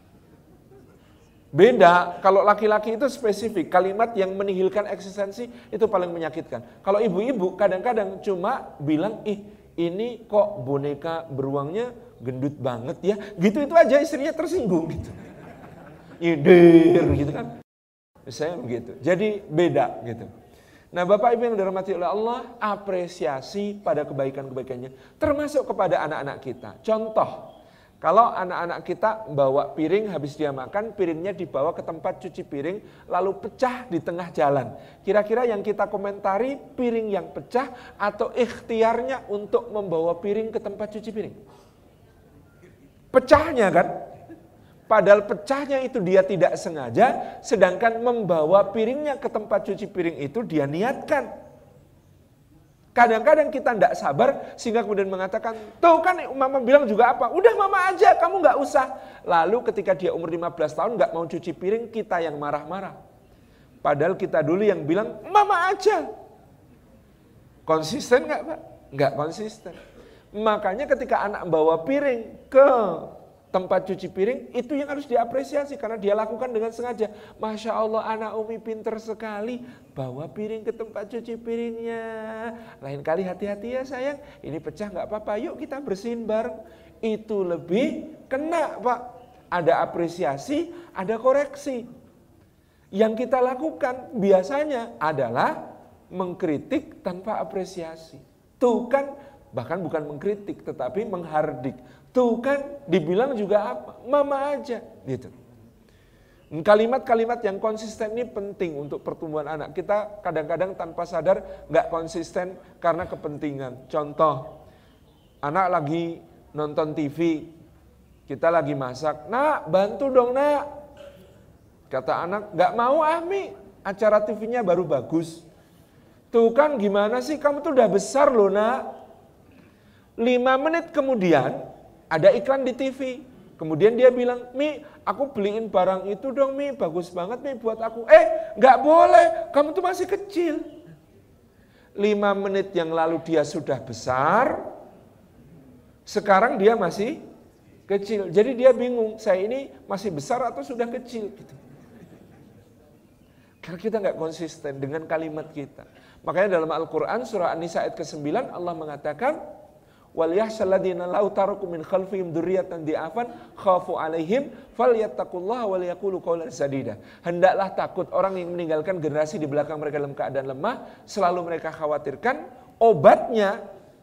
Beda, kalau laki-laki itu spesifik, kalimat yang menihilkan eksistensi itu paling menyakitkan. Kalau ibu-ibu kadang-kadang cuma bilang, ih ini kok boneka beruangnya gendut banget ya. Gitu itu aja istrinya tersinggung gitu. Idir gitu kan. Saya begitu. Jadi beda gitu. Nah Bapak Ibu yang dirahmati oleh Allah, apresiasi pada kebaikan-kebaikannya. Termasuk kepada anak-anak kita. Contoh, kalau anak-anak kita bawa piring habis dia makan, piringnya dibawa ke tempat cuci piring, lalu pecah di tengah jalan. Kira-kira yang kita komentari piring yang pecah atau ikhtiarnya untuk membawa piring ke tempat cuci piring? Pecahnya kan? Padahal pecahnya itu dia tidak sengaja, sedangkan membawa piringnya ke tempat cuci piring itu dia niatkan. Kadang-kadang kita tidak sabar sehingga kemudian mengatakan, tuh kan mama bilang juga apa, udah mama aja kamu nggak usah. Lalu ketika dia umur lima belas tahun nggak mau cuci piring, kita yang marah-marah. Padahal kita dulu yang bilang, mama aja. Konsisten nggak Pak? Nggak konsisten. Makanya ketika anak bawa piring ke tempat cuci piring, itu yang harus diapresiasi karena dia lakukan dengan sengaja. Masya Allah anak Umi pinter sekali, bawa piring ke tempat cuci piringnya. Lain kali hati-hati ya sayang, ini pecah nggak apa-apa, yuk kita bersihin bareng. Itu lebih kena Pak. Ada apresiasi, ada koreksi. Yang kita lakukan biasanya adalah mengkritik tanpa apresiasi. Tuh kan, bahkan bukan mengkritik tetapi menghardik. Tuh kan dibilang juga apa? Mama aja gitu. Kalimat-kalimat yang konsisten ini penting untuk pertumbuhan anak. Kita kadang-kadang tanpa sadar nggak konsisten karena kepentingan. Contoh, anak lagi nonton T V, kita lagi masak. Nak, bantu dong nak. Kata anak, nggak mau ah Mi, acara T V-nya baru bagus. Tuh kan gimana sih, kamu tuh udah besar loh nak. Lima menit kemudian, ada iklan di T V. Kemudian dia bilang, Mi, aku beliin barang itu dong Mi, bagus banget Mi buat aku. Eh, nggak boleh, kamu tuh masih kecil. Lima menit yang lalu dia sudah besar, sekarang dia masih kecil. Jadi dia bingung, saya ini masih besar atau sudah kecil gitu. Karena kita nggak konsisten dengan kalimat kita. Makanya dalam Al-Quran surah An-Nisa ayat kesembilan Allah mengatakan, wal yahshal ladzina law taraku min khalfihim dzurriyyatan di'afan khafu 'alaihim falyattaqullaha wal yaqulu qawlan sadida. Hendaklah takut orang yang meninggalkan generasi di belakang mereka dalam keadaan lemah, selalu mereka khawatirkan obatnya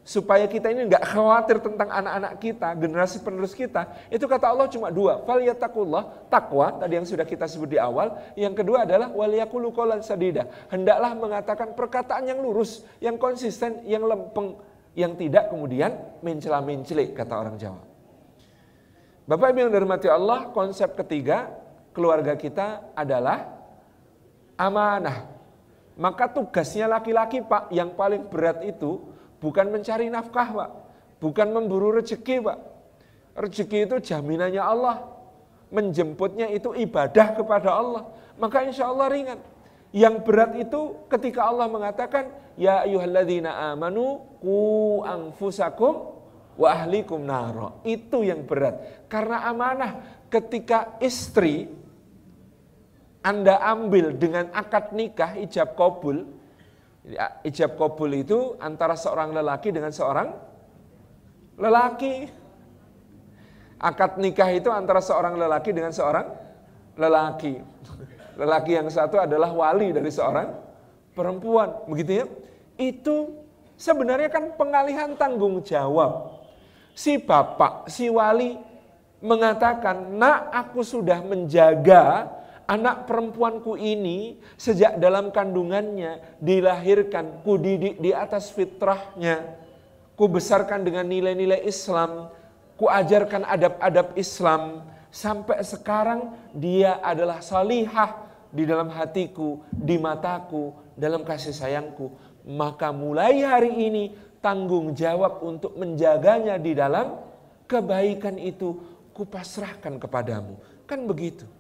supaya kita ini nggak khawatir tentang anak-anak kita, generasi penerus kita, itu kata Allah cuma dua. Falyattaqullah, takwa, tadi yang sudah kita sebut di awal. Yang kedua adalah waliyaqulu qawlan sadida. Hendaklah mengatakan perkataan yang lurus, yang konsisten, yang lempeng, yang tidak kemudian mencela-mencela, kata orang Jawa. Bapak Ibu yang dirahmati Allah, konsep ketiga, keluarga kita adalah amanah. Maka tugasnya laki-laki Pak, yang paling berat itu bukan mencari nafkah Pak, bukan memburu rezeki Pak. Rezeki itu jaminannya Allah, menjemputnya itu ibadah kepada Allah. Maka insya Allah ringan. Yang berat itu ketika Allah mengatakan, ya ayyuhalladzina amanu qu anfusakum wa ahlikum naro. Itu yang berat. Karena amanah ketika istri Anda ambil dengan akad nikah ijab qabul. Ijab qabul itu antara seorang lelaki dengan seorang lelaki. Akad nikah itu antara seorang lelaki dengan seorang lelaki. Lelaki yang satu adalah wali dari seorang perempuan, begitu ya. Itu sebenarnya kan pengalihan tanggung jawab. Si bapak, si wali mengatakan, nak aku sudah menjaga anak perempuanku ini sejak dalam kandungannya, dilahirkan, ku didik di atas fitrahnya, ku besarkan dengan nilai-nilai Islam, ku ajarkan adab-adab Islam, sampai sekarang dia adalah salihah di dalam hatiku, di mataku, dalam kasih sayangku. Maka mulai hari ini tanggung jawab untuk menjaganya di dalam kebaikan itu kupasrahkan kepadamu. Kan begitu.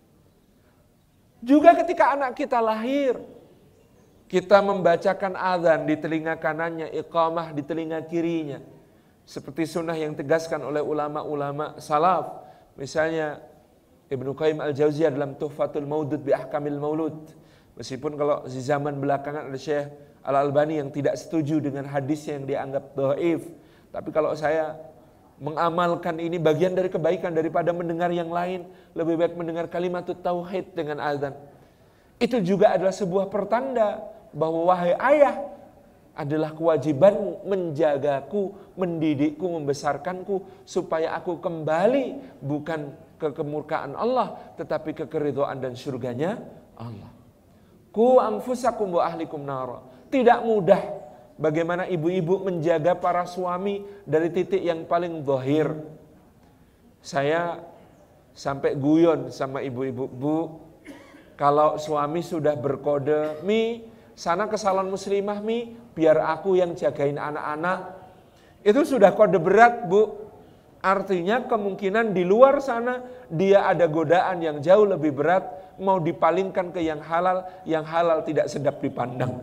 Juga ketika anak kita lahir, kita membacakan azan di telinga kanannya, iqamah di telinga kirinya. Seperti sunnah yang tegaskan oleh ulama-ulama salaf. Misalnya Ibnu Qayyim Al-Jauziyah dalam Tuhfatul Maudud bi Ahkamil Maulud. Meskipun kalau di zaman belakangan ada Syekh Al-Albani yang tidak setuju dengan hadis yang dianggap dhaif. Tapi kalau saya mengamalkan ini bagian dari kebaikan daripada mendengar yang lain, lebih baik mendengar kalimat tauhid dengan azan. Itu juga adalah sebuah pertanda bahwa wahai ayah, adalah kewajibanmu menjagaku, mendidikku, membesarkanku supaya aku kembali bukan ke kemurkaan Allah tetapi ke keridhaan dan surganya Allah. Ku anfusakum wa ahlikum nara. Tidak mudah bagaimana ibu-ibu menjaga para suami dari titik yang paling zahir. Saya sampai guyon sama ibu-ibu, Bu, kalau suami sudah berkode, Mi, sana ke salon muslimah Mi, biar aku yang jagain anak-anak. Itu sudah kode berat, Bu. Artinya kemungkinan di luar sana dia ada godaan yang jauh lebih berat, mau dipalingkan ke yang halal, yang halal tidak sedap dipandang.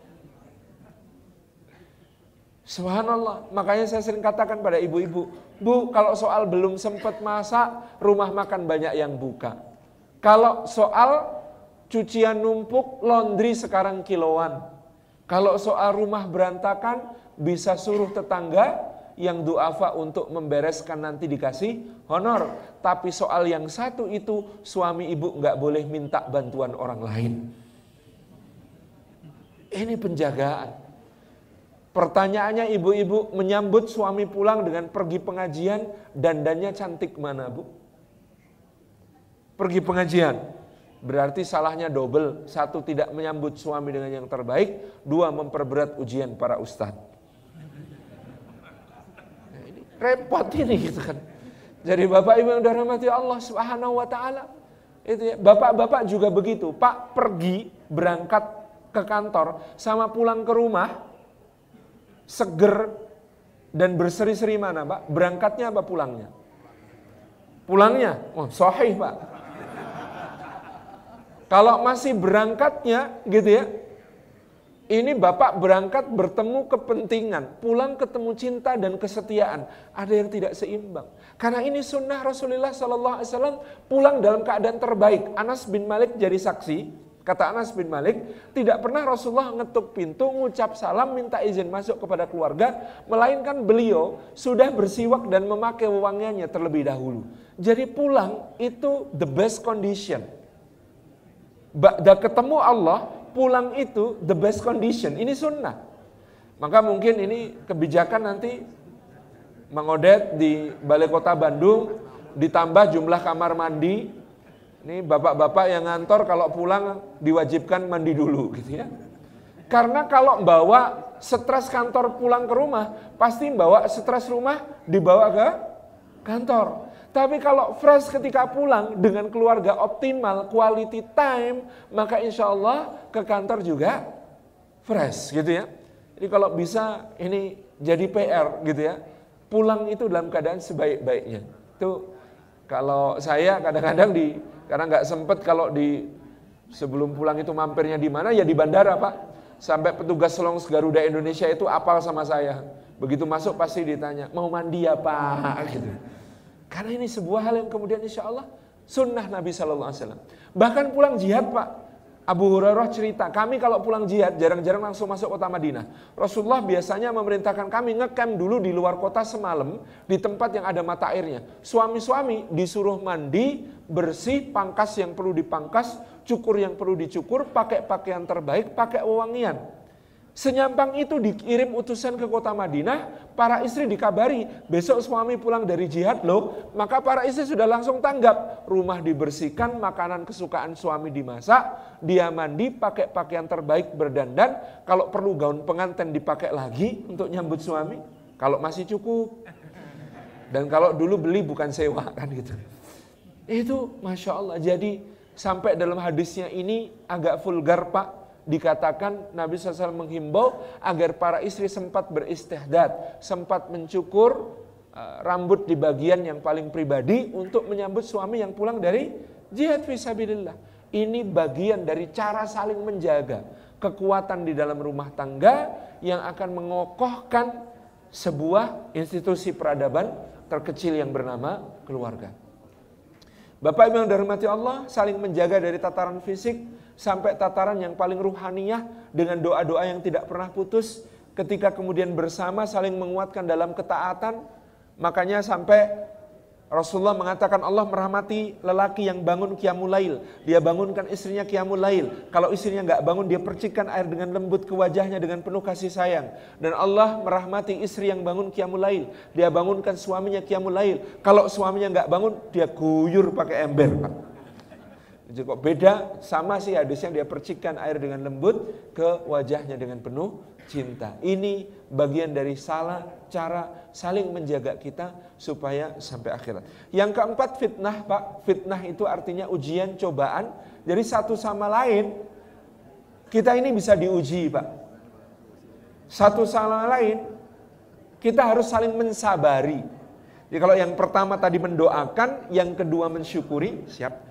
Subhanallah, makanya saya sering katakan pada ibu-ibu, Bu, kalau soal belum sempat masak, rumah makan banyak yang buka. Kalau soal cucian numpuk, laundry sekarang kiloan. Kalau soal rumah berantakan, bisa suruh tetangga yang duafa untuk membereskan, nanti dikasih honor. Tapi soal yang satu itu, suami ibu nggak boleh minta bantuan orang lain. Ini penjagaan. Pertanyaannya, ibu-ibu menyambut suami pulang dengan pergi pengajian, dandannya cantik mana, Bu? Pergi pengajian, berarti salahnya double. Satu, tidak menyambut suami dengan yang terbaik. Dua, memperberat ujian para ustadz. Nah, ini repot ini gitu kan. Jadi Bapak Ibu yang dirahmati Allah Subhanahu wa taala, itu ya, bapak-bapak juga begitu. Pak pergi berangkat ke kantor sama pulang ke rumah seger dan berseri-seri mana, Pak? Berangkatnya apa pulangnya? Pulangnya, oh sahih, Pak. Kalau masih berangkatnya gitu ya, ini Bapak berangkat bertemu kepentingan, pulang ketemu cinta dan kesetiaan. Ada yang tidak seimbang. Karena ini sunnah Rasulullah Sallallahu Alaihi Wasallam, pulang dalam keadaan terbaik. Anas bin Malik jadi saksi. Kata Anas bin Malik, tidak pernah Rasulullah ngetuk pintu, ngucap salam, minta izin masuk kepada keluarga, melainkan beliau sudah bersiwak dan memakai wewangiannya terlebih dahulu. Jadi pulang itu the best condition. Ba'da ketemu Allah, pulang itu the best condition. Ini sunnah. Maka mungkin ini kebijakan nanti Mang Odet di Balai Kota Bandung ditambah jumlah kamar mandi. Ini bapak-bapak yang ngantor kalau pulang diwajibkan mandi dulu gitu ya. Karena kalau bawa stres kantor pulang ke rumah, pasti bawa stres rumah dibawa ke kantor. Tapi kalau fresh ketika pulang dengan keluarga optimal, quality time, maka insya Allah ke kantor juga fresh gitu ya. Jadi kalau bisa ini jadi P R gitu ya. Pulang itu dalam keadaan sebaik-baiknya. Itu kalau saya kadang-kadang di karena nggak sempet kalau di sebelum pulang itu mampirnya di mana ya di bandara Pak. Sampai petugas Selongs Garuda Indonesia itu apal sama saya. Begitu masuk pasti ditanya mau mandi ya Pak gitu. Karena ini sebuah hal yang kemudian insya Allah sunnah Nabi Shallallahu Alaihi Wasallam. Bahkan pulang jihad Pak. Abu Hurairah cerita, kami kalau pulang jihad jarang-jarang langsung masuk kota Madinah. Rasulullah biasanya memerintahkan kami ngecamp dulu di luar kota semalam di tempat yang ada mata airnya. Suami-suami disuruh mandi, bersih, pangkas yang perlu dipangkas, cukur yang perlu dicukur, pakai pakaian terbaik, pakai wewangian. Senyampang itu dikirim utusan ke kota Madinah, para istri dikabari, besok suami pulang dari jihad loh, maka para istri sudah langsung tanggap. Rumah dibersihkan, makanan kesukaan suami dimasak, dia mandi, pakai pakaian terbaik, berdandan, kalau perlu gaun pengantin dipakai lagi untuk nyambut suami, kalau masih cukup. Dan kalau dulu beli bukan sewa kan gitu. Itu Masya Allah, jadi sampai dalam hadisnya ini agak vulgar Pak. Dikatakan Nabi shallallahu alaihi wasallam menghimbau agar para istri sempat beristihdad, sempat mencukur uh, rambut di bagian yang paling pribadi untuk menyambut suami yang pulang dari jihad fisabilillah. Ini bagian dari cara saling menjaga kekuatan di dalam rumah tangga yang akan mengokohkan sebuah institusi peradaban terkecil yang bernama keluarga. Bapak Ibu yang dirahmati Allah, saling menjaga dari tataran fisik sampai tataran yang paling ruhaniyah dengan doa-doa yang tidak pernah putus. Ketika kemudian bersama saling menguatkan dalam ketaatan. Makanya sampai Rasulullah mengatakan Allah merahmati lelaki yang bangun qiyamul lail. Dia bangunkan istrinya qiyamul lail. Kalau istrinya nggak bangun, dia percikkan air dengan lembut ke wajahnya dengan penuh kasih sayang. Dan Allah merahmati istri yang bangun qiyamul lail. Dia bangunkan suaminya qiyamul lail. Kalau suaminya nggak bangun, dia guyur pakai ember Pak. Jadi kok beda, sama sih hadisnya, dia percikkan air dengan lembut ke wajahnya dengan penuh cinta. Ini bagian dari salah cara saling menjaga kita supaya sampai akhirat. Yang keempat fitnah Pak. Fitnah itu artinya ujian, cobaan. Jadi satu sama lain kita ini bisa diuji Pak. Satu sama lain kita harus saling mensabari. Jadi kalau yang pertama tadi mendoakan, yang kedua mensyukuri, siap.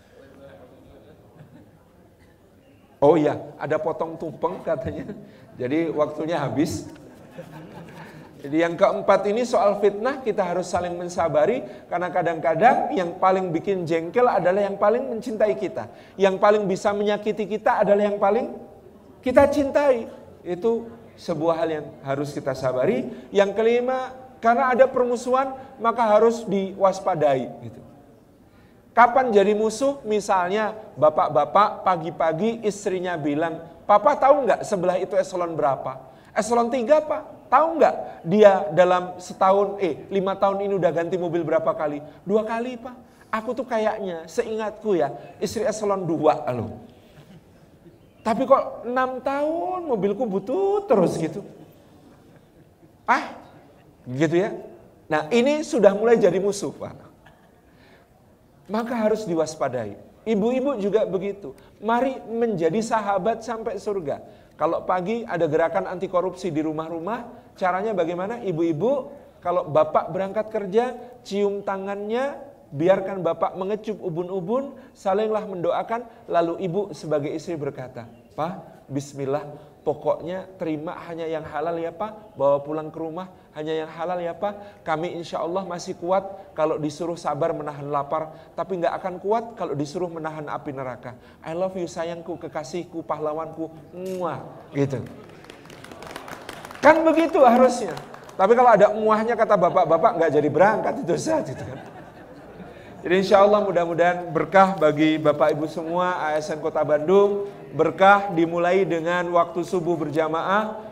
Oh iya, ada potong tumpeng katanya. Jadi waktunya habis. Jadi yang keempat ini soal fitnah, kita harus saling mensabari. Karena kadang-kadang yang paling bikin jengkel adalah yang paling mencintai kita. Yang paling bisa menyakiti kita adalah yang paling kita cintai. Itu sebuah hal yang harus kita sabari. Yang kelima, karena ada permusuhan maka harus diwaspadai gitu. Kapan jadi musuh? Misalnya bapak-bapak pagi-pagi istrinya bilang, Papa tahu nggak sebelah itu eselon berapa? Eselon tiga Pak, tahu nggak dia dalam setahun, eh lima tahun ini udah ganti mobil berapa kali? Dua kali Pak. Aku tuh kayaknya, seingatku ya, istri eselon dua loh. Tapi kok enam tahun mobilku butuh terus gitu. Ah, gitu ya. Nah ini sudah mulai jadi musuh Pak. Maka harus diwaspadai. Ibu-ibu juga begitu. Mari menjadi sahabat sampai surga. Kalau pagi ada gerakan anti korupsi di rumah-rumah, caranya bagaimana? Ibu-ibu, kalau bapak berangkat kerja, cium tangannya, biarkan bapak mengecup ubun-ubun, salinglah mendoakan, lalu ibu sebagai istri berkata, Pak, bismillah, pokoknya terima hanya yang halal ya Pak, bawa pulang ke rumah hanya yang halal ya Pak. Kami insya Allah masih kuat kalau disuruh sabar menahan lapar, tapi nggak akan kuat kalau disuruh menahan api neraka. I love you sayangku, kekasihku, pahlawanku, muah, gitu. Kan begitu harusnya. Tapi kalau ada muahnya kata bapak-bapak nggak jadi berangkat itu saat itu kan. Jadi insya Allah mudah-mudahan berkah bagi Bapak Ibu semua A S N Kota Bandung. Berkah dimulai dengan waktu subuh berjamaah.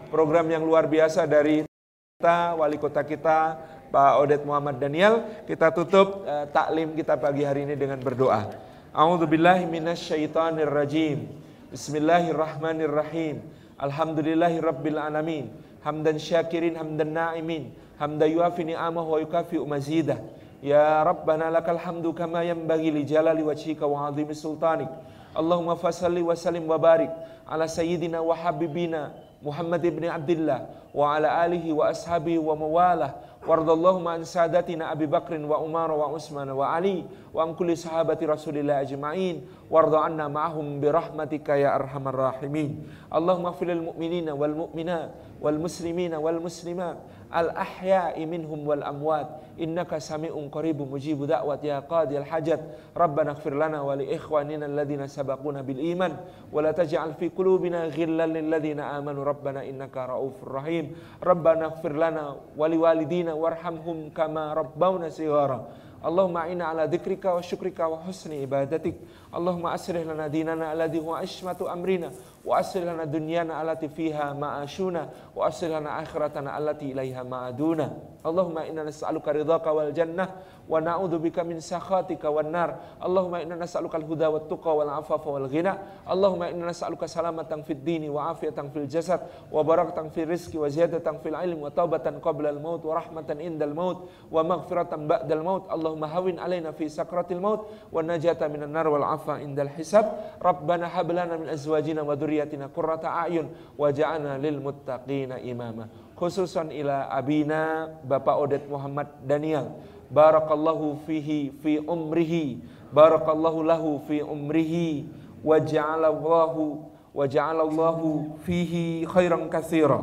program yang luar biasa dari kita, wali kota kita, Pak Odet Muhammad Daniel. Kita tutup uh, taklim kita pagi hari ini dengan berdoa. A'udzubillahi minasyaitonirrajim. Bismillahirrahmanirrahim. Alhamdulillahirabbil alamin. Hamdan syakirin, hamdan na'imin. Hamdan yuafi ni'amahu wa yukafi'u mazidah. Ya Rabbana lakal hamdu kama yanbaghi li jalali wajhika wa 'azimi sultanik. Allahumma fasalli wa sallim wa barik ala sayyidina wa habibina Muhammad ibn Abdullah wa ala alihi wa ashabihi wa mawalah wardallahumma an sadatina Abi Bakrin wa Umar wa Utsman wa Ali wa an kulli sahabati Rasulillah ajma'in warda anna ma'ahum bi rahmatika ya arhamar rahimin. Allahumma ighfir lil mu'minina wal mu'minat wal muslimina wal muslimat al ahya'i minhum wal amwat innaka sami'un qaribun mujibu da'wat ya qadiyal hajat. Rabbana ighfir lana wa li ikhwanina alladhina sabaquna bil iman wa la taj'al fi qulubina ghillan lil ladzina amanu rabbana innaka raufur rahim. Rabbana ighfir lana wa li walidina warhamhum kama rabbawna shighara. Allahumma inna ala dzikrika wa syukrika wa husni ibadatik. Allahumma aslih lana dinana alladhi huwa ismatu amrina wa aslih lana dunyana allati fiha ma'ashuna wa aslih lana akhiratana allati ilaiha ma'aduna. Allahumma inna nas'aluka ridhaka wal jannah wa na'udzubika min sakhatika wan nar. Allahumma inna nas'aluka al huda wat tuqa wal afafa wal ghina. Allahumma inna nas'aluka salamatan fid dini wa afiyatan fil jasad wa barakatan fil rizqi wa ziyadatan fil ilmi wa taubatan qabla al maut wa rahmatan indal maut wa maghfiratan ba'dal maut. Allahumma hawin alaina fi sakratil maut wa najata minan nar wal afa indal hisab. Rabbana hab lana min azwajina wa dhurriyyatina qurrata a'yun waj'alna lil muttaqina imama. Khususan ila abina Bapak Odet Muhammad Daniel. Barakallahu fihi fi umrihi. Barakallahu lahu fi umrihi. Wa ja'alallahu wa ja'alallahu fihi khairan katsira.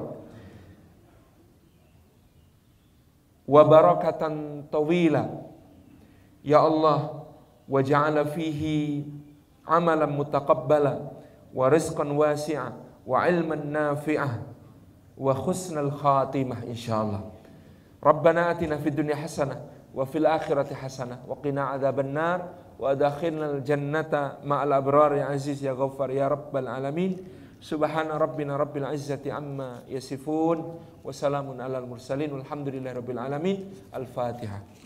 Wa barakatan tawila. Ya Allah, wa ja'ala fihi amalan mutaqabbala wa rizqan wasi'a wa ilman nafi'ah wa husnal khatimah insyaallah. Rabbana atina fid dunya hasanah wa fil akhirati hasanah wa qina adzaban nar wa adkhilnal jannata ma'al abrar ya aziz ya ghaffar ya rabbal alamin. Subhana rabbina rabbil izzati amma yasifun wa salamun alal mursalin walhamdulillahi rabbil alamin. Al-Fatihah.